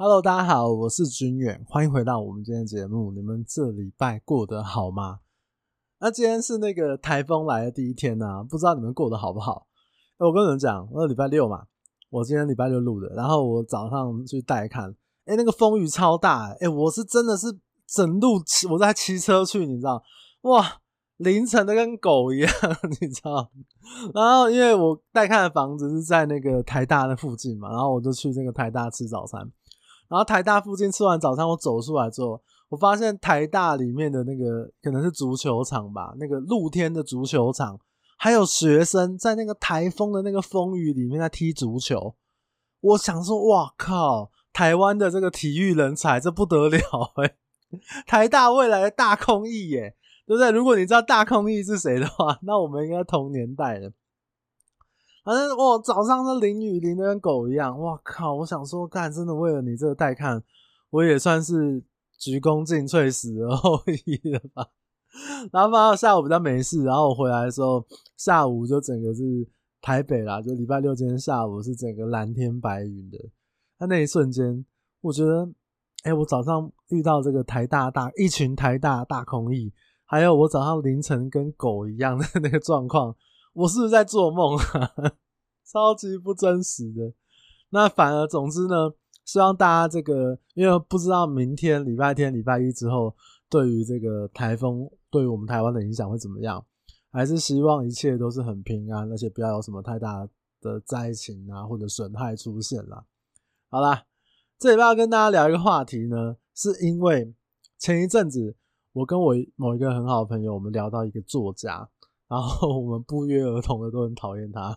Hello， 大家好，我是君远，欢迎回到我们今天的节目。你们这礼拜过得好吗？那今天是那个台风来的第一天啊，不知道你们过得好不好？我跟你们讲，我礼拜六嘛，我今天礼拜六录的，然后我早上去带看，那个风雨超大，我是真的是整路我在骑车去，你知道，哇，凌晨的跟狗一样，你知道。然后因为我带看的房子是在那个台大的附近嘛，然后我就去那个台大吃早餐。然后台大附近吃完早餐，我走出来之后，我发现台大里面的那个可能是足球场吧，那个露天的足球场，还有学生在那个台风的那个风雨里面在踢足球。我想说，哇靠，台湾的这个体育人才，这不得了台大未来的大空翼耶，对不对？如果你知道大空翼是谁的话，那我们应该同年代的。反正我早上是淋雨淋得跟狗一样，哇靠！我想说，干，真的为了你这个带看，我也算是鞠躬尽瘁，死而后已了吧。然后放到下午比较没事，然后我回来的时候，下午就整个是台北啦，就礼拜六今天下午是整个蓝天白云的。那一瞬间，我觉得，我早上遇到这个一群台大大空翼，还有我早上凌晨跟狗一样的那个状况。我是不是在做梦啊？超级不真实的。那反而总之呢，希望大家这个，因为不知道明天礼拜天礼拜一之后对于这个台风对于我们台湾的影响会怎么样，还是希望一切都是很平安，而且不要有什么太大的灾情啊或者损害出现啦。好啦，这礼拜要跟大家聊一个话题呢，是因为前一阵子我跟我某一个很好的朋友，我们聊到一个作家，然后我们不约而同的都很讨厌他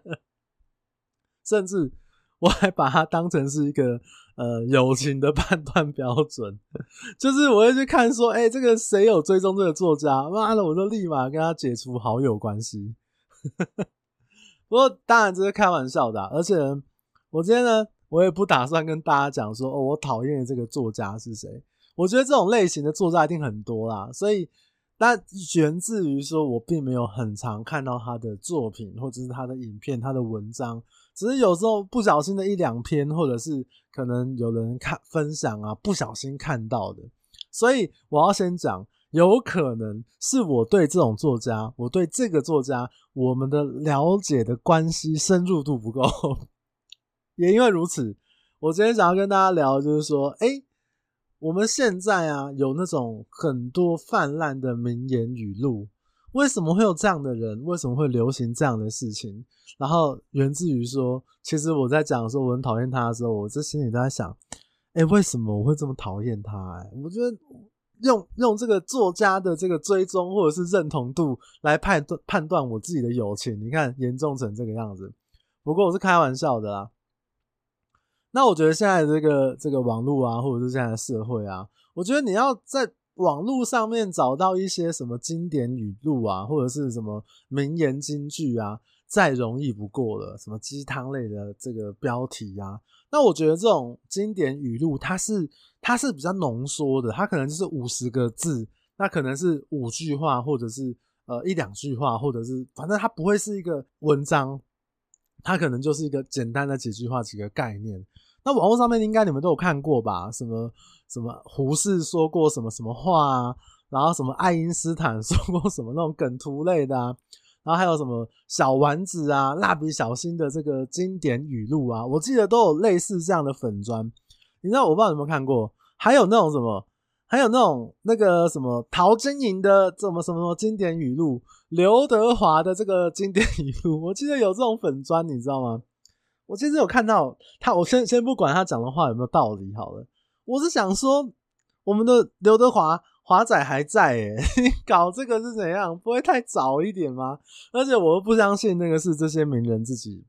甚至我还把他当成是一个友情的判断标准就是我会去看说这个谁有追踪这个作家，妈的我就立马跟他解除好友关系不过当然这是开玩笑的而且我今天呢我也不打算跟大家讲说我讨厌的这个作家是谁，我觉得这种类型的作家一定很多啦，所以那源自于说我并没有很常看到他的作品或者是他的影片他的文章，只是有时候不小心的一两篇或者是可能有人分享啊不小心看到的，所以我要先讲有可能是我对这种作家我对这个作家我们的了解的关系深入度不够也因为如此我今天想要跟大家聊的就是说我们现在啊有那种很多泛滥的名言语录，为什么会有这样的人，为什么会流行这样的事情，然后源自于说其实我在讲说我很讨厌他的时候，我这心里都在想为什么我会这么讨厌他我觉得用这个作家的这个追踪或者是认同度来判断我自己的友情，你看严重成这个样子，不过我是开玩笑的啦。那我觉得现在的这个网络啊，或者是现在的社会啊，我觉得你要在网络上面找到一些什么经典语录啊，或者是什么名言金句啊，再容易不过了，什么鸡汤类的这个标题啊，那我觉得这种经典语录它是比较浓缩的，它可能就是50个字，那可能是5句话，或者是1、2句话，或者是反正它不会是一个文章，它可能就是一个简单的几句话几个概念。那网络上面应该你们都有看过吧，什么胡适说过什么什么话啊，然后什么爱因斯坦说过什么那种梗图类的啊，然后还有什么小丸子啊蜡笔小新的这个经典语录啊，我记得都有类似这样的粉专，你知道我不知道你有没有看过，还有那种什么还有那种那个什么陶晶莹的什么什么经典语录，刘德华的这个经典语录，我记得有这种粉专你知道吗，我其实有看到他，我先不管他讲的话有没有道理好了，我是想说我们的刘德华仔还在你搞这个是怎样，不会太早一点吗？而且我又不相信那个是这些名人自己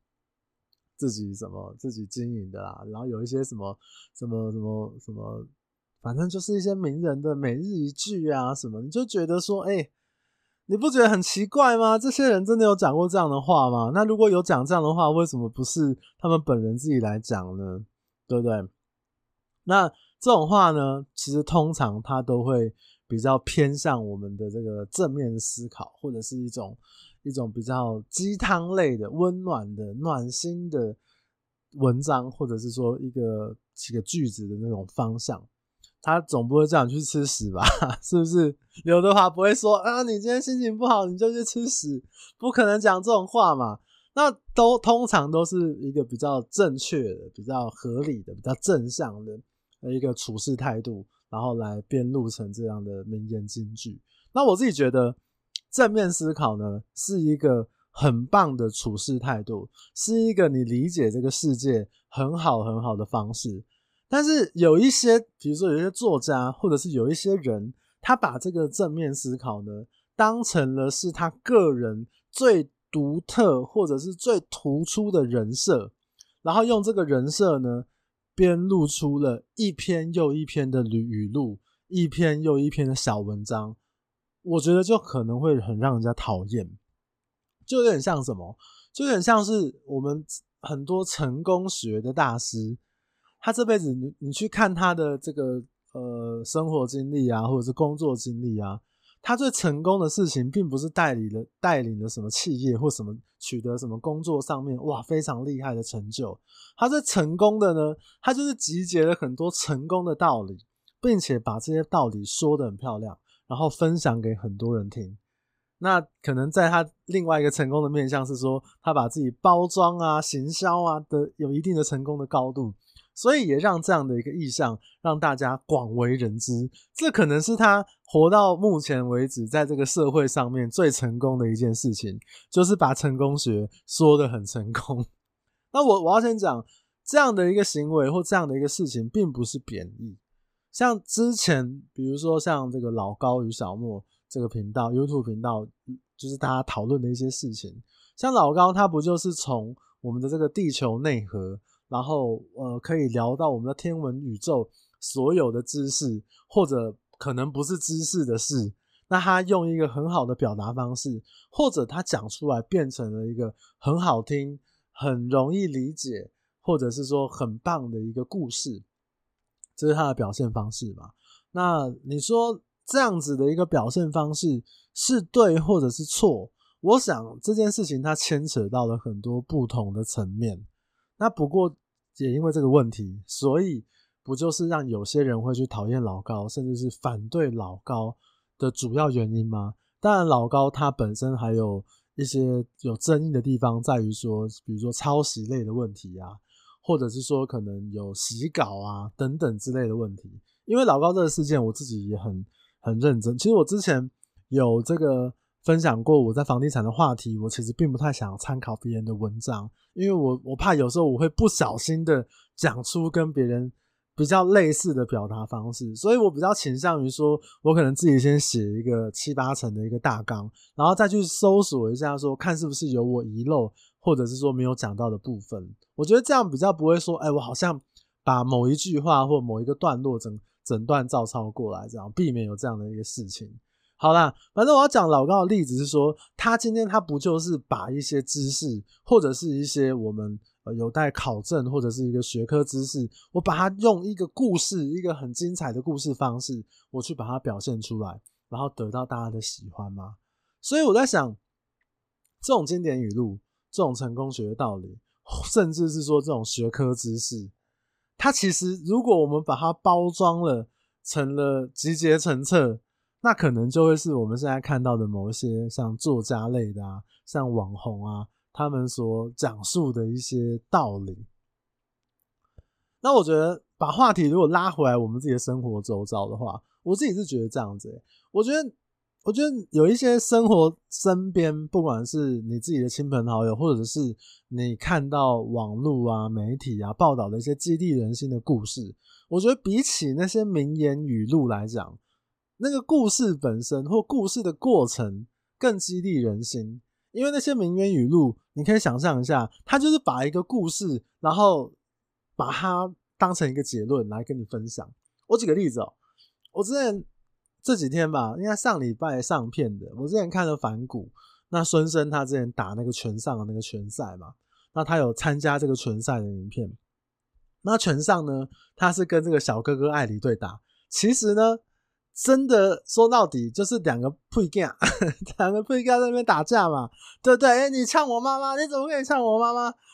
经营的啦，然后有一些什么，反正就是一些名人的每日一句啊什么，你就觉得说你不觉得很奇怪吗？这些人真的有讲过这样的话吗？那如果有讲这样的话，为什么不是他们本人自己来讲呢？对不对？那这种话呢，其实通常它都会比较偏向我们的这个正面思考，或者是一种比较鸡汤类的、温暖的、暖心的文章或者是说几个句子的那种方向，他总不会叫你去吃屎吧是不是？刘德华不会说啊，你今天心情不好你就去吃屎，不可能讲这种话嘛。那通常都是一个比较正确的、比较合理的、比较正向的一个处事态度，然后来编录成这样的名言金句。那我自己觉得正面思考呢是一个很棒的处事态度，是一个你理解这个世界很好很好的方式。但是有一些比如说有一些作家或者是有一些人，他把这个正面思考呢当成了是他个人最独特或者是最突出的人设，然后用这个人设呢编录出了一篇又一篇的语录，一篇又一篇的小文章，我觉得就可能会很让人家讨厌。就有点像什么，就有点像是我们很多成功学的大师，他这辈子你去看他的这个生活经历啊，或者是工作经历啊，他最成功的事情并不是带领了什么企业或什么取得什么工作上面哇非常厉害的成就，他最成功的呢，他就是集结了很多成功的道理，并且把这些道理说得很漂亮，然后分享给很多人听。那可能在他另外一个成功的面向是说，他把自己包装啊、行销啊的有一定的成功的高度，所以也让这样的一个意象让大家广为人知。这可能是他活到目前为止在这个社会上面最成功的一件事情，就是把成功学说得很成功。那我要先讲，这样的一个行为或这样的一个事情并不是贬义。像之前比如说像这个老高与小莫这个频道 YouTube 频道，就是大家讨论的一些事情，像老高他不就是从我们的这个地球内核，然后可以聊到我们的天文宇宙所有的知识，或者可能不是知识的事，那他用一个很好的表达方式，或者他讲出来变成了一个很好听、很容易理解，或者是说很棒的一个故事，这是他的表现方式嘛。那你说这样子的一个表现方式是对或者是错，我想这件事情它牵扯到了很多不同的层面。那不过也因为这个问题，所以不就是让有些人会去讨厌老高，甚至是反对老高的主要原因吗？当然老高他本身还有一些有争议的地方，在于说比如说抄袭类的问题啊，或者是说可能有洗稿啊等等之类的问题。因为老高这个事件我自己也很认真，其实我之前有这个分享过我在房地产的话题，我其实并不太想参考别人的文章，因为我怕有时候我会不小心的讲出跟别人比较类似的表达方式，所以我比较倾向于说我可能自己先写一个7-8成的一个大纲，然后再去搜索一下说看是不是有我遗漏或者是说没有讲到的部分。我觉得这样比较不会说我好像把某一句话或某一个段落整段照抄过来，这样避免有这样的一个事情。好啦，反正我要讲老高的例子是说，他今天他不就是把一些知识或者是一些我们有待考证或者是一个学科知识，我把它用一个故事，一个很精彩的故事方式，我去把它表现出来，然后得到大家的喜欢吗？所以我在想，这种经典语录，这种成功学的道理，甚至是说这种学科知识，它其实如果我们把它包装了成了集结成册，那可能就会是我们现在看到的某一些像作家类的啊，像网红啊，他们所讲述的一些道理。那我觉得把话题如果拉回来我们自己的生活周遭的话，我自己是觉得这样子我觉得有一些生活身边，不管是你自己的亲朋好友，或者是你看到网络啊、媒体啊报道的一些激励人心的故事，我觉得比起那些名言语录来讲，那个故事本身或故事的过程更激励人心。因为那些名言语录，你可以想象一下，它就是把一个故事，然后把它当成一个结论来跟你分享。我举个例子我之前这几天吧，应该上礼拜上片的，我之前看了反骨，那孙生他之前打那个拳上的那个拳赛嘛，那他有参加这个拳赛的影片。那拳上呢，他是跟这个小哥哥艾里对打，其实呢真的说到底就是两个屁孩两个屁孩在那边打架嘛，对不对？你呛我妈妈，你怎么可以呛我妈妈？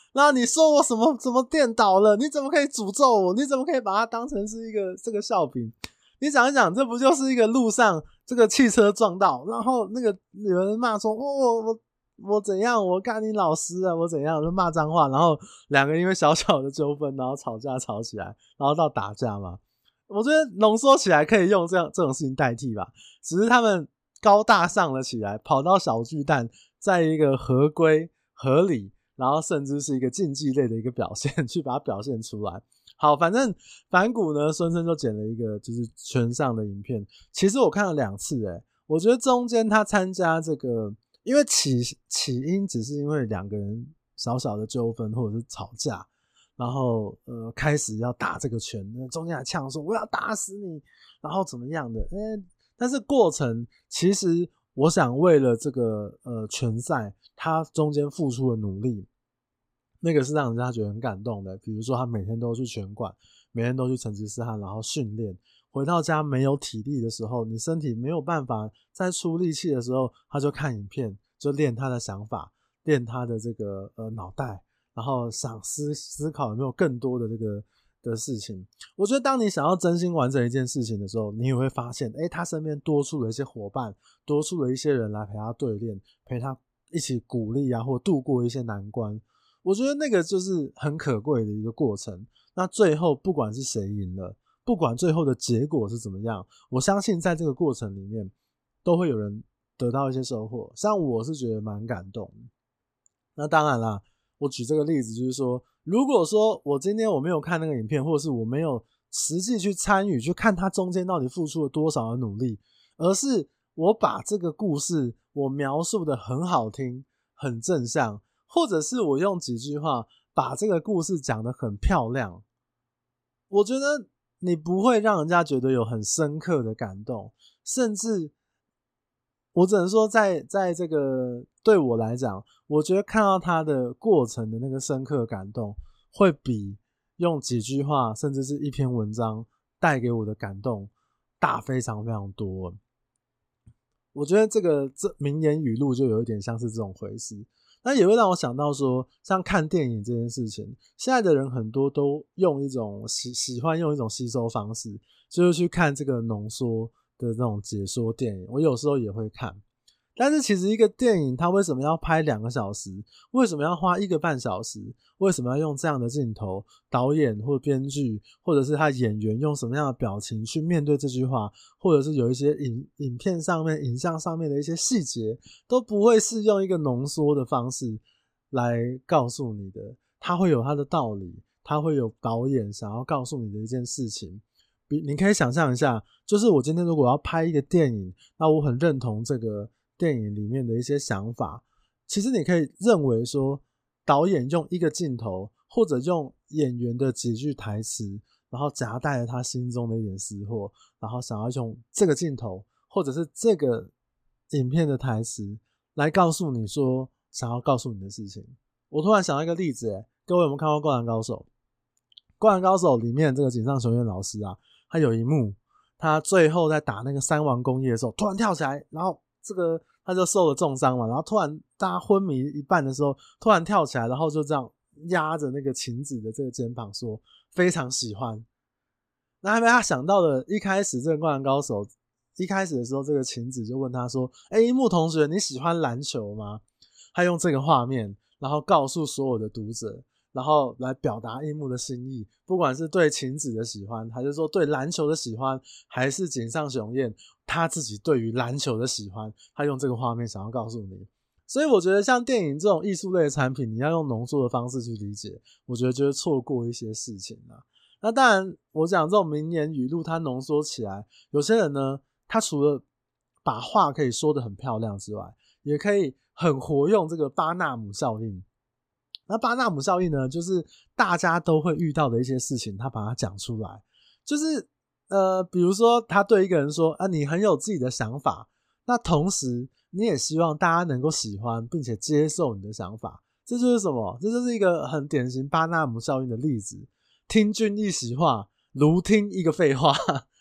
那你说我什么电倒了？你怎么可以诅咒我？你怎么可以把它当成是一个这个笑柄？你想一想，这不就是一个路上这个汽车撞到，然后那个有人骂说我怎样，我干你老师啊，我怎样，就骂脏话，然后两个因为小小的纠纷，然后吵架吵起来，然后到打架嘛。我觉得浓缩起来可以用这种事情代替吧，只是他们高大上了起来，跑到小巨蛋，在一个合规合理，然后甚至是一个竞技类的一个表现去把它表现出来。好，反正反骨呢，孙生就剪了一个就是全上的影片，其实我看了2次我觉得中间他参加这个，因为起因只是因为2个人小小的纠纷或者是吵架，然后开始要打这个拳，中间还呛说我要打死你，然后怎么样的，但是过程其实我想为了这个拳赛，他中间付出的努力，那个是让人家觉得很感动的。比如说他每天都去拳馆，每天都去成吉思汗，然后训练，回到家没有体力的时候，你身体没有办法再出力气的时候，他就看影片，就练他的想法，练他的这个脑袋，然后想思考有没有更多的这个的事情。我觉得当你想要真心完成一件事情的时候，你也会发现他身边多出了一些伙伴，多出了一些人来陪他对练，陪他一起鼓励啊，或度过一些难关。我觉得那个就是很可贵的一个过程。那最后不管是谁赢了，不管最后的结果是怎么样，我相信在这个过程里面都会有人得到一些收获。像我是觉得蛮感动的。那当然啦，我举这个例子就是说，如果说我今天我没有看那个影片，或者是我没有实际去参与去看他中间到底付出了多少的努力，而是我把这个故事我描述的很好听，很正向，或者是我用几句话把这个故事讲得很漂亮，我觉得你不会让人家觉得有很深刻的感动，甚至我只能说在这个对我来讲，我觉得看到他的过程的那个深刻感动，会比用几句话甚至是一篇文章带给我的感动大非常非常多。我觉得这名言语录就有一点像是这种回事。那也会让我想到说，像看电影这件事情，现在的人很多都用一种喜欢用一种吸收方式，就是去看这个浓缩的这种解说电影。我有时候也会看，但是其实一个电影它为什么要拍2个小时，为什么要花1个半小时，为什么要用这样的镜头，导演或编剧或者是他演员用什么样的表情去面对这句话，或者是有一些影片上面影像上面的一些细节，都不会是用一个浓缩的方式来告诉你的，它会有它的道理，它会有导演想要告诉你的一件事情。你可以想象一下，就是我今天如果要拍一个电影，那我很认同这个电影里面的一些想法，其实你可以认为说，导演用一个镜头，或者用演员的几句台词，然后夹带了他心中的一点私货，然后想要用这个镜头，或者是这个影片的台词来告诉你说想要告诉你的事情。我突然想到一个例子，各位有没有看过《灌篮高手》？《灌篮高手》里面这个井上雄彦老师啊，他有一幕，他最后在打那个三王工业的时候，突然跳起来，然后这个他就受了重伤嘛，然后突然大家昏迷一半的时候，突然跳起来，然后就这样压着那个晴子的这个肩膀说非常喜欢。那还没他想到的，一开始这个灌篮高手一开始的时候，这个晴子就问他说樱木同学，你喜欢篮球吗？他用这个画面然后告诉所有的读者，然后来表达樱木的心意，不管是对晴子的喜欢，还是说对篮球的喜欢，还是井上雄彦他自己对于篮球的喜欢，他用这个画面想要告诉你。所以我觉得像电影这种艺术类的产品，你要用浓缩的方式去理解，我觉得就会错过一些事情啊。那当然我讲这种名言语录它浓缩起来，有些人呢，他除了把话可以说得很漂亮之外，也可以很活用这个巴纳姆效应。那巴纳姆效应呢，就是大家都会遇到的一些事情，他把它讲出来，就是比如说他对一个人说你很有自己的想法，那同时你也希望大家能够喜欢并且接受你的想法，这就是什么？这就是一个很典型巴纳姆效应的例子。听君一席话，如听一个废话，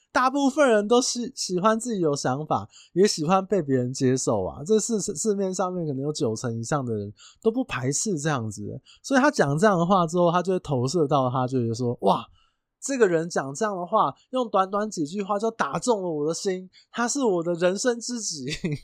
大部分人都喜欢自己有想法，也喜欢被别人接受啊。这市面上面可能有90%以上的人都不排斥这样子的，所以他讲这样的话之后，他就会投射到他觉得说，哇，这个人讲这样的话，用短短几句话就打中了我的心，他是我的人生知己。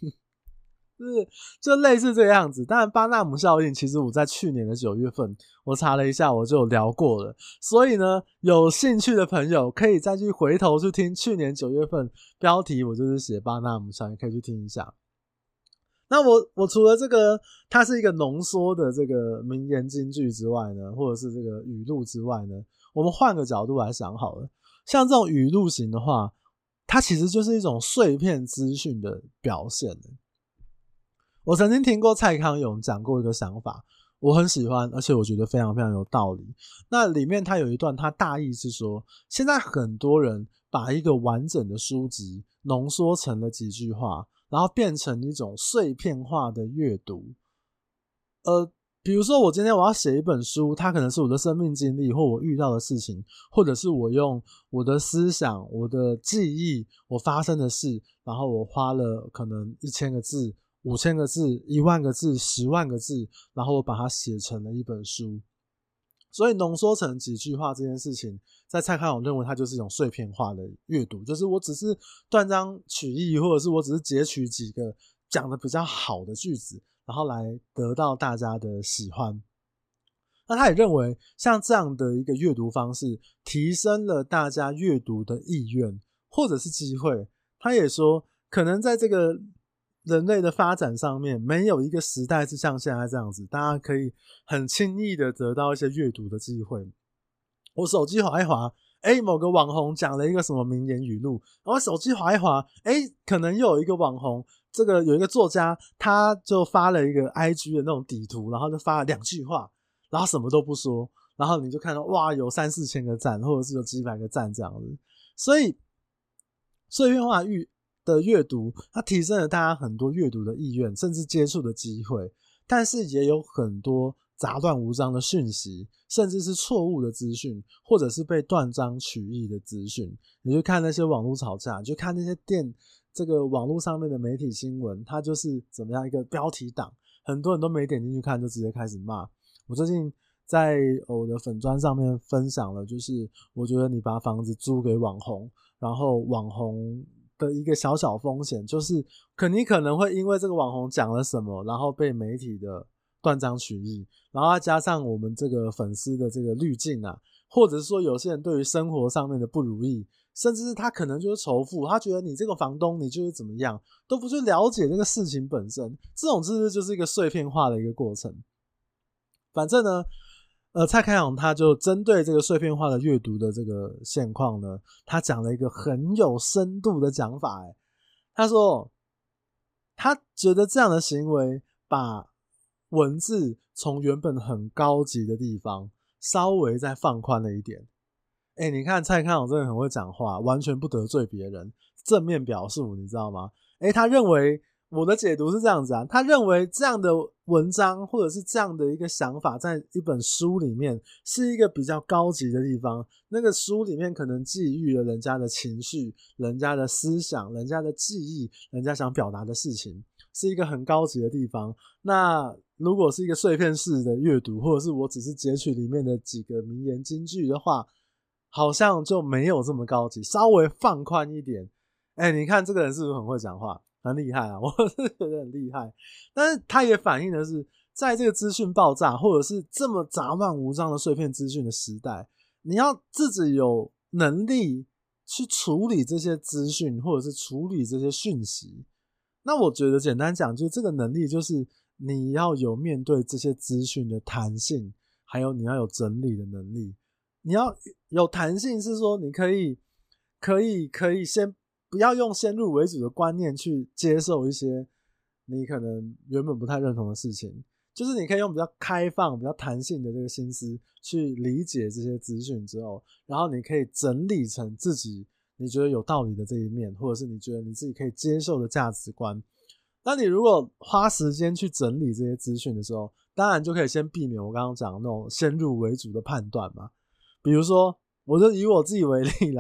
就类似这个样子。当然巴纳姆效应其实我在去年的9月份我查了一下，我就有聊过了，所以呢有兴趣的朋友可以再去回头去听去年9月份标题，我就是写巴纳姆效应，可以去听一下。那我除了这个它是一个浓缩的这个名言金句之外呢，或者是这个语录之外呢，我们换个角度来想好了，像这种语录型的话，它其实就是一种碎片资讯的表现。我曾经听过蔡康永讲过一个想法，我很喜欢，而且我觉得非常非常有道理。那里面他有一段，他大意是说，现在很多人把一个完整的书籍浓缩成了几句话，然后变成一种碎片化的阅读。比如说我今天我要写一本书，它可能是我的生命经历，或我遇到的事情，或者是我用我的思想、我的记忆、我发生的事，然后我花了可能1000个字、5000个字、10000个字、10万个字，然后我把它写成了一本书。所以浓缩成几句话这件事情，在蔡康永认为它就是一种碎片化的阅读，就是我只是断章取义，或者是我只是截取几个讲的比较好的句子，然后来得到大家的喜欢。那他也认为像这样的一个阅读方式提升了大家阅读的意愿或者是机会。他也说可能在这个人类的发展上面，没有一个时代是像现在这样子，大家可以很轻易的得到一些阅读的机会。我手机滑一滑，某个网红讲了一个什么名言语录，然后手机滑一滑，可能又有一个网红，这个有一个作家，他就发了一个 IG 的那种底图，然后就发了2句话，然后什么都不说，然后你就看到哇，有3-4千个赞，或者是有几百个赞这样子。所以碎片化的阅读，它提升了大家很多阅读的意愿，甚至接触的机会，但是也有很多杂乱无章的讯息，甚至是错误的资讯，或者是被断章取义的资讯。你去看那些网络吵架，你去看那些这个网络上面的媒体新闻，它就是怎么样一个标题党，很多人都没点进去看就直接开始骂。我最近在我的粉专上面分享了，就是我觉得你把房子租给网红，然后网红的一个小小风险就是你可能会因为这个网红讲了什么，然后被媒体的断章取义，然后再加上我们这个粉丝的这个滤镜啊，或者是说有些人对于生活上面的不如意，甚至是他可能就是仇富，他觉得你这个房东你就是怎么样，都不去了解这个事情本身，这种是不是就是一个碎片化的一个过程。反正呢蔡康永他就针对这个碎片化的阅读的这个现况呢，他讲了一个很有深度的讲法。他说他觉得这样的行为把文字从原本很高级的地方稍微再放宽了一点。你看蔡康永真的很会讲话，完全不得罪别人，正面表述，你知道吗？他认为我的解读是这样子啊，他认为这样的文章或者是这样的一个想法在一本书里面是一个比较高级的地方，那个书里面可能寄予了人家的情绪、人家的思想、人家的记忆、人家想表达的事情，是一个很高级的地方。那如果是一个碎片式的阅读，或者是我只是截取里面的几个名言金句的话，好像就没有这么高级，稍微放宽一点。你看这个人是不是很会讲话，很厉害啊，我是觉得很厉害。但是他也反映的是在这个资讯爆炸或者是这么杂乱无章的碎片资讯的时代，你要自己有能力去处理这些资讯或者是处理这些讯息。那我觉得简单讲，就这个能力就是你要有面对这些资讯的弹性，还有你要有整理的能力。你要有弹性是说你可以先不要用先入为主的观念去接受一些你可能原本不太认同的事情，就是你可以用比较开放比较弹性的这个心思去理解这些资讯之后，然后你可以整理成自己你觉得有道理的这一面，或者是你觉得你自己可以接受的价值观。那你如果花时间去整理这些资讯的时候，当然就可以先避免我刚刚讲的那种先入为主的判断嘛。比如说我就以我自己为例啦，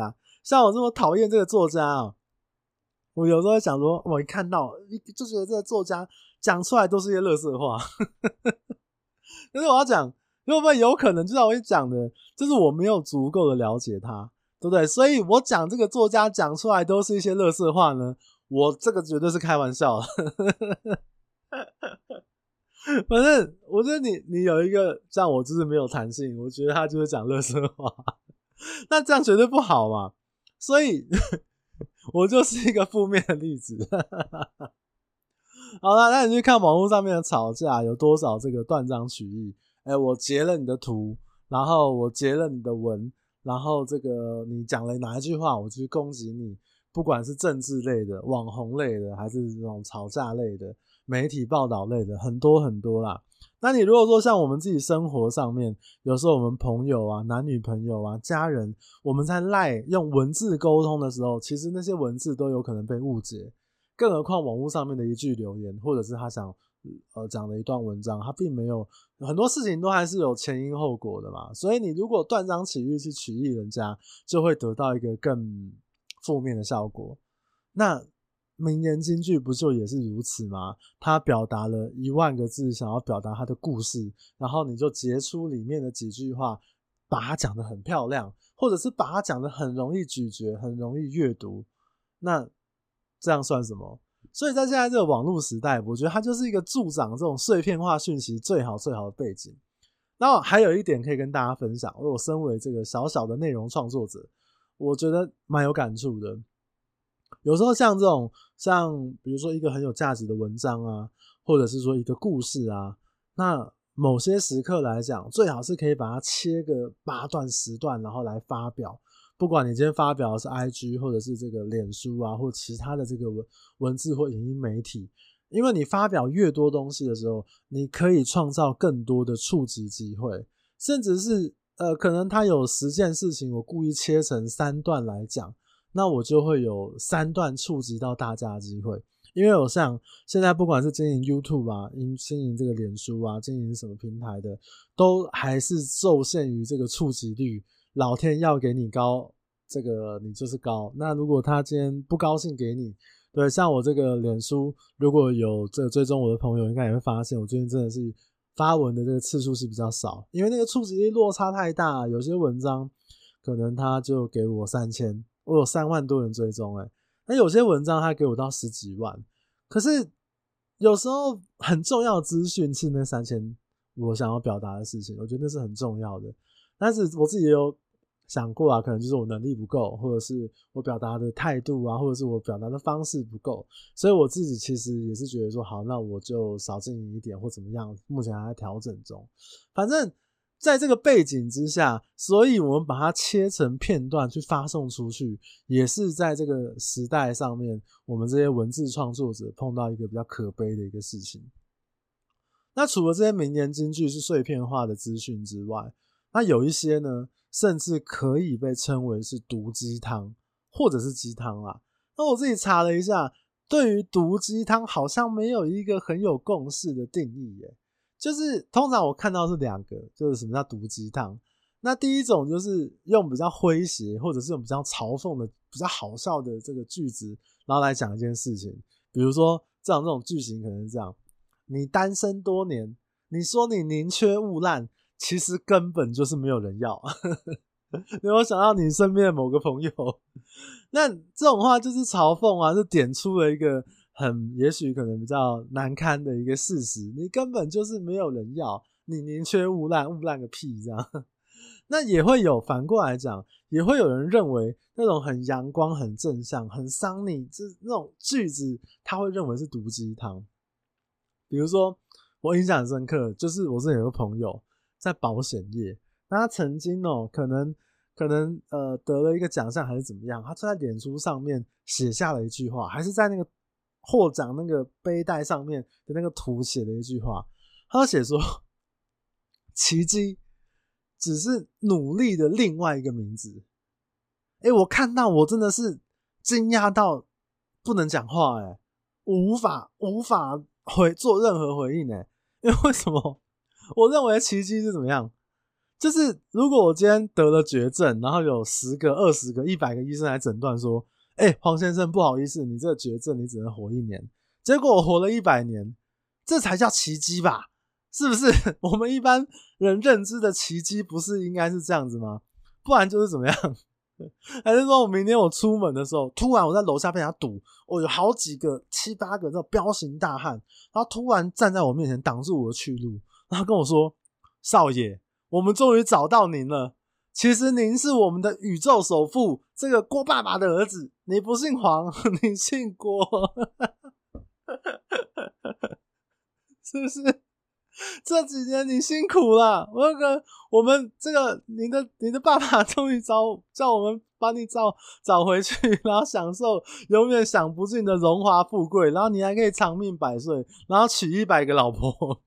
像我这么讨厌这个作家啊，我有时候会想说，我一看到就觉得这个作家讲出来都是一些垃圾话。可是我要讲，会不会有可能就像我讲的，就是我没有足够的了解他，对不对？所以我讲这个作家讲出来都是一些垃圾话呢，我这个绝对是开玩笑的。反正我觉得你有一个像我就是没有弹性，我觉得他就是讲垃圾话，那这样绝对不好嘛。所以我就是一个负面的例子。好啦，那你去看网络上面的吵架有多少这个断章取义，我截了你的图，然后我截了你的文，然后这个你讲了哪一句话我就去攻击你，不管是政治类的、网红类的，还是这种吵架类的、媒体报道类的，很多很多啦。那你如果说像我们自己生活上面，有时候我们朋友啊、男女朋友啊、家人，我们在LINE用文字沟通的时候，其实那些文字都有可能被误解，更何况网络上面的一句留言，或者是他想讲的一段文章，他并没有，很多事情都还是有前因后果的嘛。所以你如果断章取义去取义人家，就会得到一个更负面的效果。那名言金句不就也是如此吗？他表达了10000个字想要表达他的故事，然后你就截出里面的几句话，把它讲得很漂亮，或者是把它讲得很容易咀嚼，很容易阅读，那这样算什么？所以在现在这个网络时代，我觉得它就是一个助长这种碎片化讯息最好的背景。然后还有一点可以跟大家分享，我身为这个小小的内容创作者，我觉得蛮有感触的。有时候像这种，像比如说一个很有价值的文章啊，或者是说一个故事啊，那某些时刻来讲，最好是可以把它切个8段10段，然后来发表。不管你今天发表的是 IG 或者是这个脸书啊，或其他的这个文字或影音媒体，因为你发表越多东西的时候，你可以创造更多的触及机会，甚至是可能它有10件事情，我故意切成3段来讲，那我就会有3段触及到大家的机会。因为我像现在不管是经营 YouTube 啊，经营这个脸书啊，经营什么平台的，都还是受限于这个触及率，老天要给你高，这个你就是高。那如果他今天不高兴给你，对，像我这个脸书，如果有这个追踪我的朋友，应该也会发现我最近真的是发文的这个次数是比较少，因为那个触及率落差太大，有些文章可能他就给我3000，我有3万多人追踪那有些文章他给我到10几万，可是有时候很重要的资讯是那3000我想要表达的事情，我觉得那是很重要的。但是我自己也有想过啊，可能就是我能力不够，或者是我表达的态度啊，或者是我表达的方式不够，所以我自己其实也是觉得说，好，那我就少经营一点或怎么样，目前还在调整中。反正在这个背景之下，所以我们把它切成片段去发送出去，也是在这个时代上面，我们这些文字创作者碰到一个比较可悲的一个事情。那除了这些名言金句是碎片化的资讯之外，那有一些呢，甚至可以被称为是毒鸡汤，或者是鸡汤啦。那我自己查了一下，对于毒鸡汤好像没有一个很有共识的定义耶。就是通常我看到是2个，就是什么叫毒鸡汤。那第一种就是用比较诙谐，或者是用比较嘲讽的、比较好笑的这个句子，然后来讲一件事情。比如说这种句型可能是这样：你单身多年，你说你宁缺毋滥，其实根本就是没有人要。你有没有想到你身边的某个朋友？那这种话就是嘲讽啊，是点出了一个也许可能比较难堪的一个事实，你根本就是没有人要，你宁缺毋滥，毋滥个屁这样。那也会有反过来讲，也会有人认为那种很阳光、很正向、很桑尼那种句子，他会认为是毒鸡汤。比如说我印象很深刻，就是我之前有个朋友在保险业，那他曾经可能得了一个奖项还是怎么样，他就在脸书上面写下了一句话，还是在那个获奖那个背带上面的那个图写了一句话，他就写说，奇迹只是努力的另外一个名字。我看到我真的是惊讶到不能讲话我无法做任何回应因为为什么？我认为奇迹是怎么样？ 就是如果我今天得了绝症，然后有10个、20个、100个医生来诊断说，黄先生不好意思，你这个绝症你只能活1年，结果我活了100年，这才叫奇迹吧？是不是？我们一般人认知的奇迹不是应该是这样子吗？不然就是怎么样？还是说我明天我出门的时候，突然我在楼下被人家堵，有好几个7、8个这种彪形大汉，然后突然站在我面前挡住我的去路，然后跟我说，少爷，我们终于找到您了，其实您是我们的宇宙首富，这个郭爸爸的儿子，你不姓黄，你姓郭。是不是？这几年你辛苦了，我们这个你的爸爸终于叫我们把你找回去，然后享受永远享不尽的荣华富贵，然后你还可以长命百岁，然后娶100个老婆。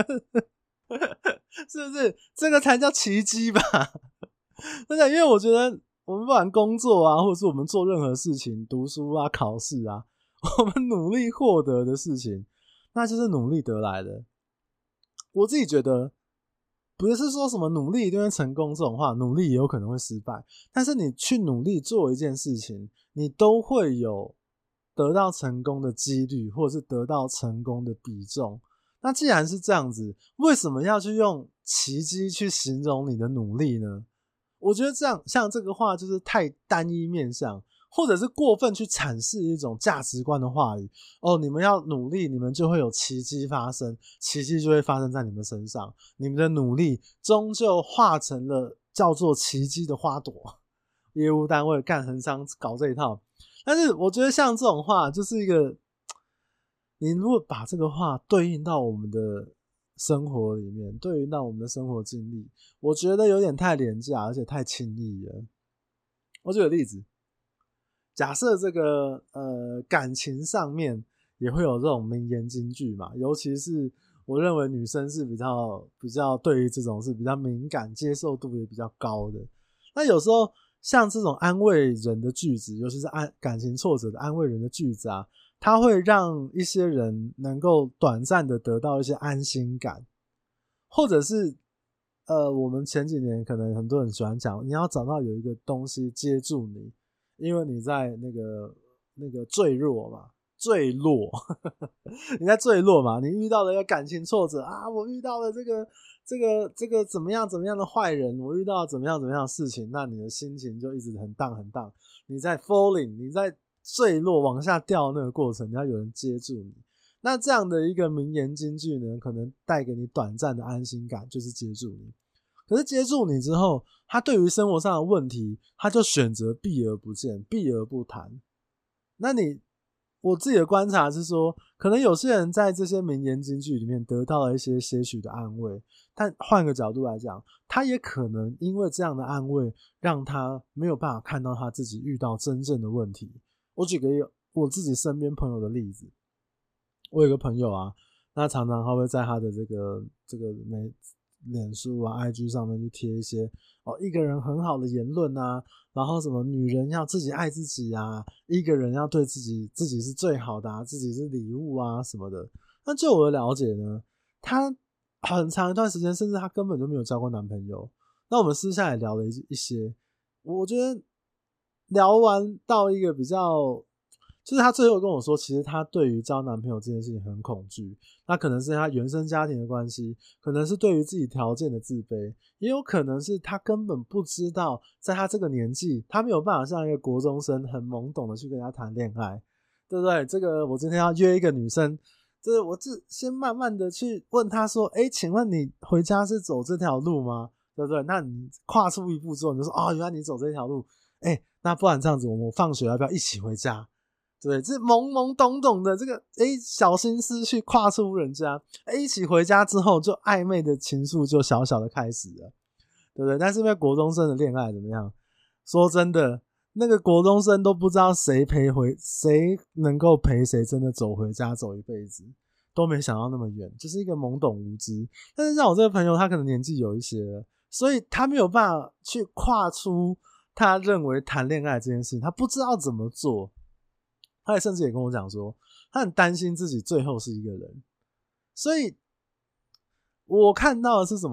是不是？这个才叫奇迹吧？真的，因为我觉得我们不管工作啊，或者是我们做任何事情，读书啊、考试啊，我们努力获得的事情，那就是努力得来的。我自己觉得，不是说什么努力一定会成功这种话，努力也有可能会失败。但是你去努力做一件事情，你都会有得到成功的几率，或者是得到成功的比重。那既然是这样子，为什么要去用奇迹去形容你的努力呢？我觉得这样像这个话就是太单一面向，或者是过分去阐释一种价值观的话语。你们要努力，你们就会有奇迹发生，奇迹就会发生在你们身上，你们的努力终究化成了叫做奇迹的花朵。业务单位干横商搞这一套，但是我觉得像这种话就是一个，你如果把这个话对应到我们的生活里面，对应到我们的生活经历，我觉得有点太廉价，而且太轻易了。我举个例子，假设这个感情上面也会有这种名言金句嘛，尤其是我认为女生是比较对于这种是比较敏感，接受度也比较高的。那有时候像这种安慰人的句子，尤其是感情挫折的安慰人的句子啊，它会让一些人能够短暂的得到一些安心感，或者是我们前几年可能很多人喜欢讲，你要找到有一个东西接住你，因为你在那个坠落嘛，坠落你在坠落嘛，你遇到了一个感情挫折啊，我遇到了这个怎么样的坏人，我遇到了怎么样的事情，那你的心情就一直很荡，你在 falling， 你在坠落往下掉那个过程，你要有人接住你。那这样的一个名言金句呢，可能带给你短暂的安心感，就是接住你。可是接住你之后，他对于生活上的问题，他就选择避而不见，避而不谈。那我自己的观察是说，可能有些人在这些名言金句里面得到了一些些许的安慰，但换个角度来讲，他也可能因为这样的安慰，让他没有办法看到他自己遇到真正的问题。我举个我自己身边朋友的例子，我有个朋友啊，那常常他会在他的这个脸书啊 IG 上面去贴一些一个人很好的言论啊，然后什么女人要自己爱自己啊，一个人要对自己是最好的啊，自己是礼物啊什么的。那就我的了解呢，他很长一段时间甚至他根本就没有交过男朋友。那我们私下也聊了一些，我觉得聊完到一个比较，就是他最后跟我说，其实他对于交男朋友这件事情很恐惧，那可能是他原生家庭的关系，可能是对于自己条件的自卑，也有可能是他根本不知道，在他这个年纪，他没有办法像一个国中生很懵懂的去跟他谈恋爱，对不对？这个我今天要约一个女生，我先慢慢的去问他说，请问你回家是走这条路吗？对不对？那你跨出一步之后，你就说原来你走这条路，那不然这样子，我们放学要不要一起回家？对，这懵懵懂懂的这个小心思去跨出人家，一起回家之后，就暧昧的情愫就小小的开始了，对不对？但是因为国中生的恋爱怎么样？说真的，那个国中生都不知道谁能够陪谁真的走回家走一辈子，都没想到那么远，就是一个懵懂无知。但是像我这个朋友，他可能年纪有一些了，所以他没有办法去跨出他认为谈恋爱这件事情，他不知道怎么做。他甚至也跟我讲说，他很担心自己最后是一个人。所以我看到的是什么？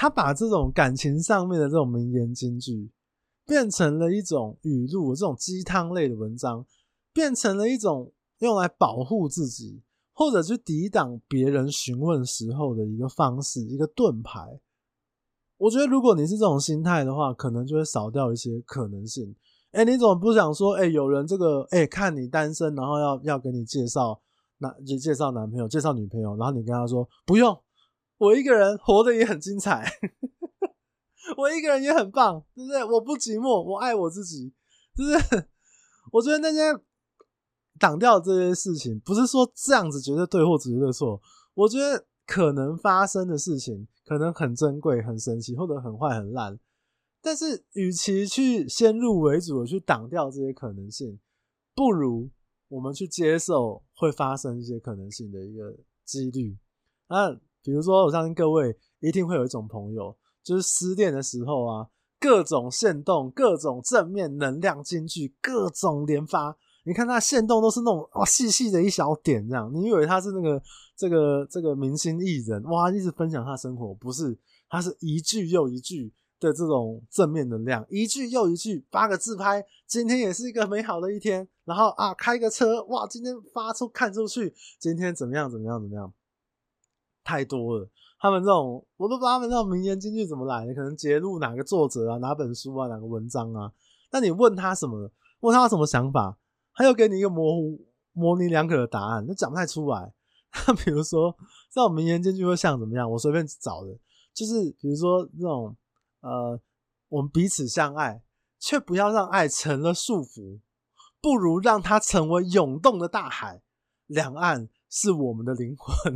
他把这种感情上面的这种名言金句变成了一种语录，这种鸡汤类的文章变成了一种用来保护自己或者去抵挡别人询问时候的一个方式，一个盾牌。我觉得如果你是这种心态的话，可能就会少掉一些可能性。你怎么不想说有人这个看你单身，然后要给你介绍男朋友介绍女朋友，然后你跟他说不用，我一个人活得也很精彩我一个人也很棒，对不对？我不寂寞，我爱我自己，就是我觉得那些挡掉这些事情，不是说这样子绝对对或绝对错，我觉得可能发生的事情可能很珍贵很神奇或者很坏很烂，但是与其去先入为主的去挡掉这些可能性，不如我们去接受会发生一些可能性的一个几率。比如说我相信各位一定会有一种朋友，就是失恋的时候啊，各种限动各种正面能量金句各种连发，你看他的限动都是那种细细的一小点这样，你以为他是那个这个明星艺人哇，一直分享他的生活，不是，他是一句又一句的这种正面能量，一句又一句，发个自拍，今天也是一个美好的一天，然后开个车，哇，今天看出去，今天怎么样怎么样怎么样，太多了。他们这种我都不知道他们这种名言金句怎么来的，可能截录哪个作者啊，哪本书啊，哪个文章啊，那你问他什么什么想法，他又给你一个模棱两可的答案，那讲不太出来。比如说这种名言金句会像怎么样，我随便找的，就是比如说这种我们彼此相爱，却不要让爱成了束缚，不如让它成为涌动的大海，两岸是我们的灵魂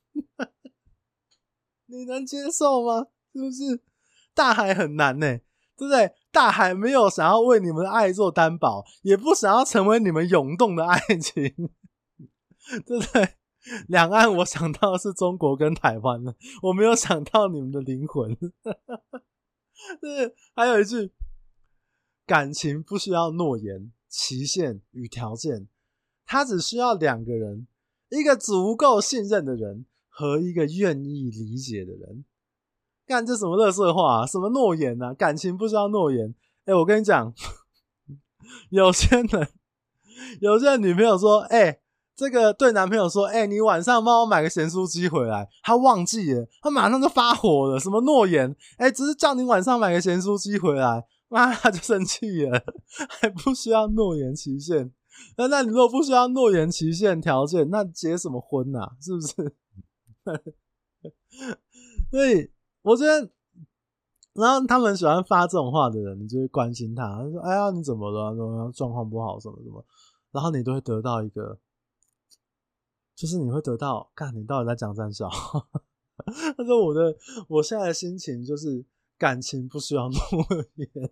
你能接受吗？是不是？大海很难对不对？大海没有想要为你们的爱做担保，也不想要成为你们涌动的爱情对不对？两岸我想到的是中国跟台湾了，我没有想到你们的灵魂还有一句，感情不需要诺言、期限与条件，它只需要两个人，一个足够信任的人和一个愿意理解的人。干，这什么垃圾话啊？什么诺言啊？感情不需要诺言。我跟你讲有些人女朋友说这个对男朋友说你晚上帮我买个咸酥鸡回来，他忘记了，他马上就发火了，什么诺言只是叫你晚上买个咸酥鸡回来，妈他就生气了还不需要诺言期限，那你如果不需要诺言期限条件，那结什么婚啊？是不是所以我觉得然后他们喜欢发这种话的人，你就会关心他，他说哎呀你怎么了，状况不好什么什么，然后你都会得到一个，就是你会得到干你到底在讲三小他说我现在的心情就是感情不需要诺言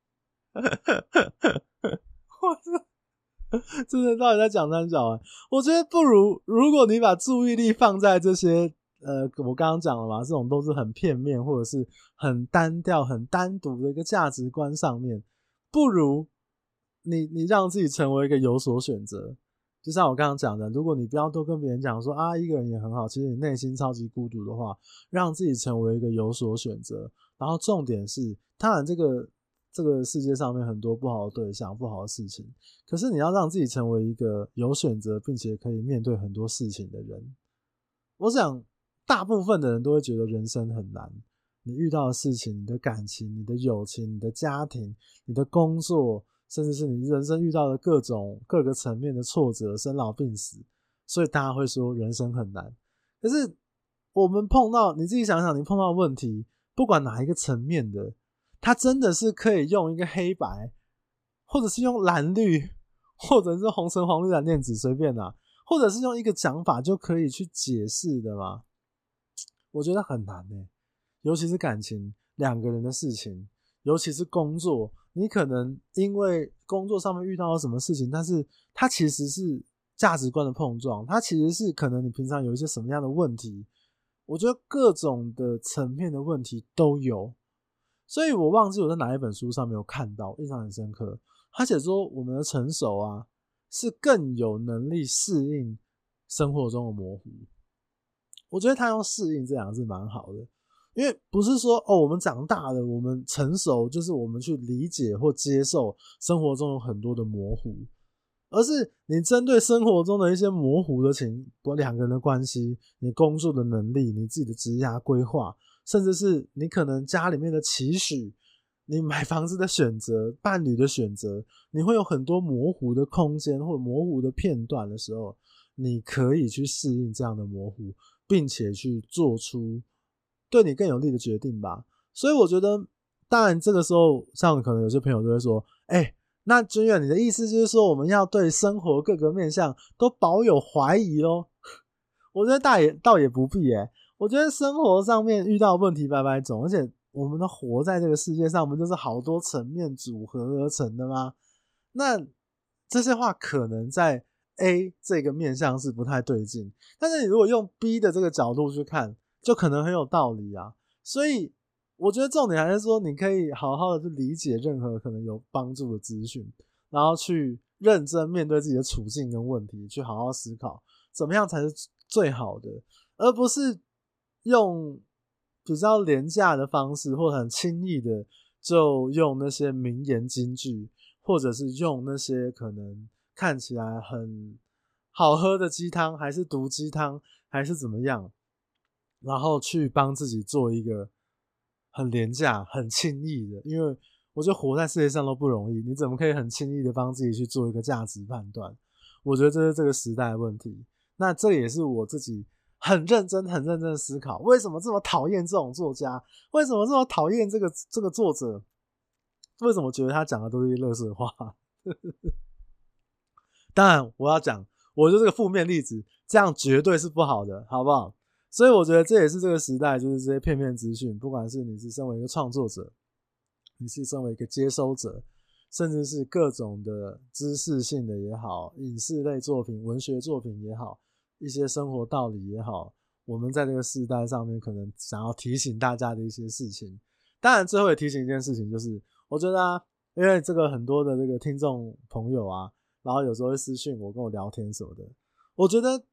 我真的到底在讲三小我觉得不如如果你把注意力放在这些我刚刚讲了嘛，这种都是很片面或者是很单调很单独的一个价值观上面，不如你让自己成为一个有所选择。就像我刚刚讲的，如果你不要多跟别人讲说一个人也很好，其实你内心超级孤独的话，让自己成为一个有所选择。然后重点是，当然这个世界上面很多不好的对象不好的事情，可是你要让自己成为一个有选择并且可以面对很多事情的人。我想大部分的人都会觉得人生很难，你遇到的事情，你的感情，你的友情，你的家庭，你的工作，甚至是你人生遇到的各个层面的挫折，生老病死，所以大家会说人生很难。可是我们碰到，你自己想想，你碰到的问题不管哪一个层面的，它真的是可以用一个黑白，或者是用蓝绿，或者是红橙黄绿蓝靛紫随便或者是用一个讲法就可以去解释的吗？我觉得很难尤其是感情，两个人的事情，尤其是工作，你可能因为工作上面遇到了什么事情，但是它其实是价值观的碰撞，它其实是可能你平常有一些什么样的问题，我觉得各种的层面的问题都有。所以我忘记我在哪一本书上面有看到，印象很深刻，他写说我们的成熟是更有能力适应生活中的模糊。我觉得他用适应这两个字蛮好的， 因为不是说我们长大了，我们成熟，就是我们去理解或接受生活中有很多的模糊，而是你针对生活中的一些模糊的两个人的关系，你工作的能力，你自己的职业规划，甚至是你可能家里面的期许，你买房子的选择，伴侣的选择，你会有很多模糊的空间或者模糊的片段的时候，你可以去适应这样的模糊，并且去做出对你更有利的决定吧。所以我觉得，当然这个时候，像可能有些朋友就会说，那君远，你的意思就是说，我们要对生活各个面向都保有怀疑咯？我觉得倒也不必我觉得生活上面遇到问题百百种，而且我们都活在这个世界上，我们就是好多层面组合而成的嘛。那这些话可能在 A 这个面向是不太对劲，但是你如果用 B 的这个角度去看，就可能很有道理啊。所以我觉得重点还是说，你可以好好的去理解任何可能有帮助的资讯，然后去认真面对自己的处境跟问题，去好好思考怎么样才是最好的，而不是用比较廉价的方式或很轻易的就用那些名言金句，或者是用那些可能看起来很好喝的鸡汤，还是毒鸡汤，还是怎么样，然后去帮自己做一个很廉价很轻易的，因为我觉得活在世界上都不容易，你怎么可以很轻易的帮自己去做一个价值判断？我觉得这是这个时代的问题。那这也是我自己很认真的思考，为什么这么讨厌这种作家？为什么这么讨厌这个作者？为什么觉得他讲的都是一些垃圾话？当然我要讲，我就这个负面例子，这样绝对是不好的，好不好？所以我觉得这也是这个时代，就是这些片面资讯，不管是你是身为一个创作者，你是身为一个接收者，甚至是各种的知识性的也好，影视类作品、文学作品也好，一些生活道理也好，我们在这个时代上面可能想要提醒大家的一些事情。当然最后也提醒一件事情，就是我觉得啊，因为这个很多的这个听众朋友啊，然后有时候会私讯我跟我聊天什么的，我觉得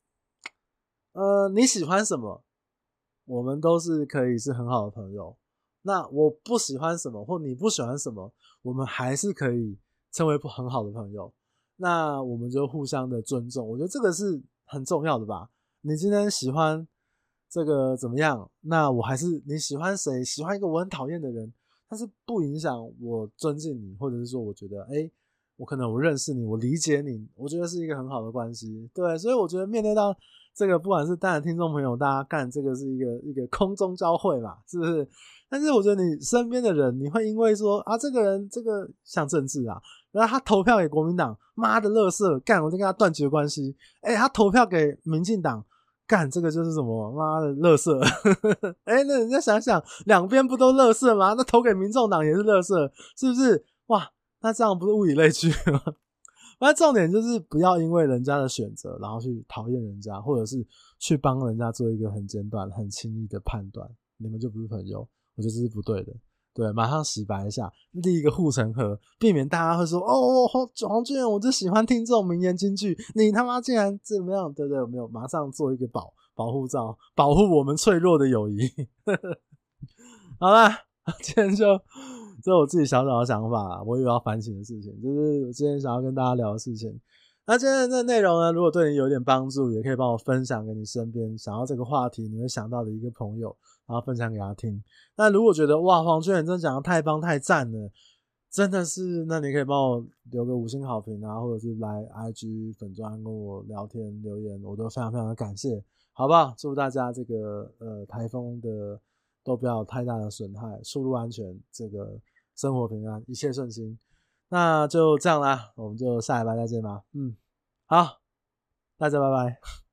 你喜欢什么，我们都是可以是很好的朋友。那我不喜欢什么，或你不喜欢什么，我们还是可以成为很好的朋友。那我们就互相的尊重，我觉得这个是很重要的吧。你今天喜欢这个怎么样？那我还是你喜欢谁？喜欢一个我很讨厌的人，但是不影响我尊敬你，或者是说我觉得我可能我认识你，我理解你，我觉得是一个很好的关系。对，所以我觉得面对到这个，不管是当然听众朋友，大家干这个是一个空中交汇嘛，是不是？但是我觉得你身边的人，你会因为说啊，这个人这个像政治啊，然后他投票给国民党，妈的垃圾，干我就跟他断绝关系。他投票给民进党，干这个就是什么妈的垃圾。那人家想想，两边不都垃圾吗？那投给民众党也是垃圾，是不是？哇！那这样不是物以类聚吗？那重点就是不要因为人家的选择，然后去讨厌人家，或者是去帮人家做一个很简短、很轻易的判断，你们就不是朋友。我觉得这是不对的。对，马上洗白一下，立一个护城河，避免大家会说黄俊彦，我就喜欢听这种名言金句，你他妈竟然怎么样？对不对？有没有马上做一个保护罩，保护我们脆弱的友谊？好啦，今天就这是我自己小小的想法，我以为要反省的事情，就是我今天想要跟大家聊的事情。那今天的这个内容呢，如果对你有点帮助，也可以帮我分享给你身边想要这个话题你会想到的一个朋友，然后分享给他听。那如果觉得哇，黄俊远真的讲的太棒太赞了，真的是，那你可以帮我留个5星好评啊，或者是来 IG 粉专跟我聊天留言，我都非常非常的感谢，好不好？祝大家这个台风的都不要有太大的损害，出入安全，这个生活平安，一切顺心。那就这样啦，我们就下礼拜再见吧。好，大家拜拜。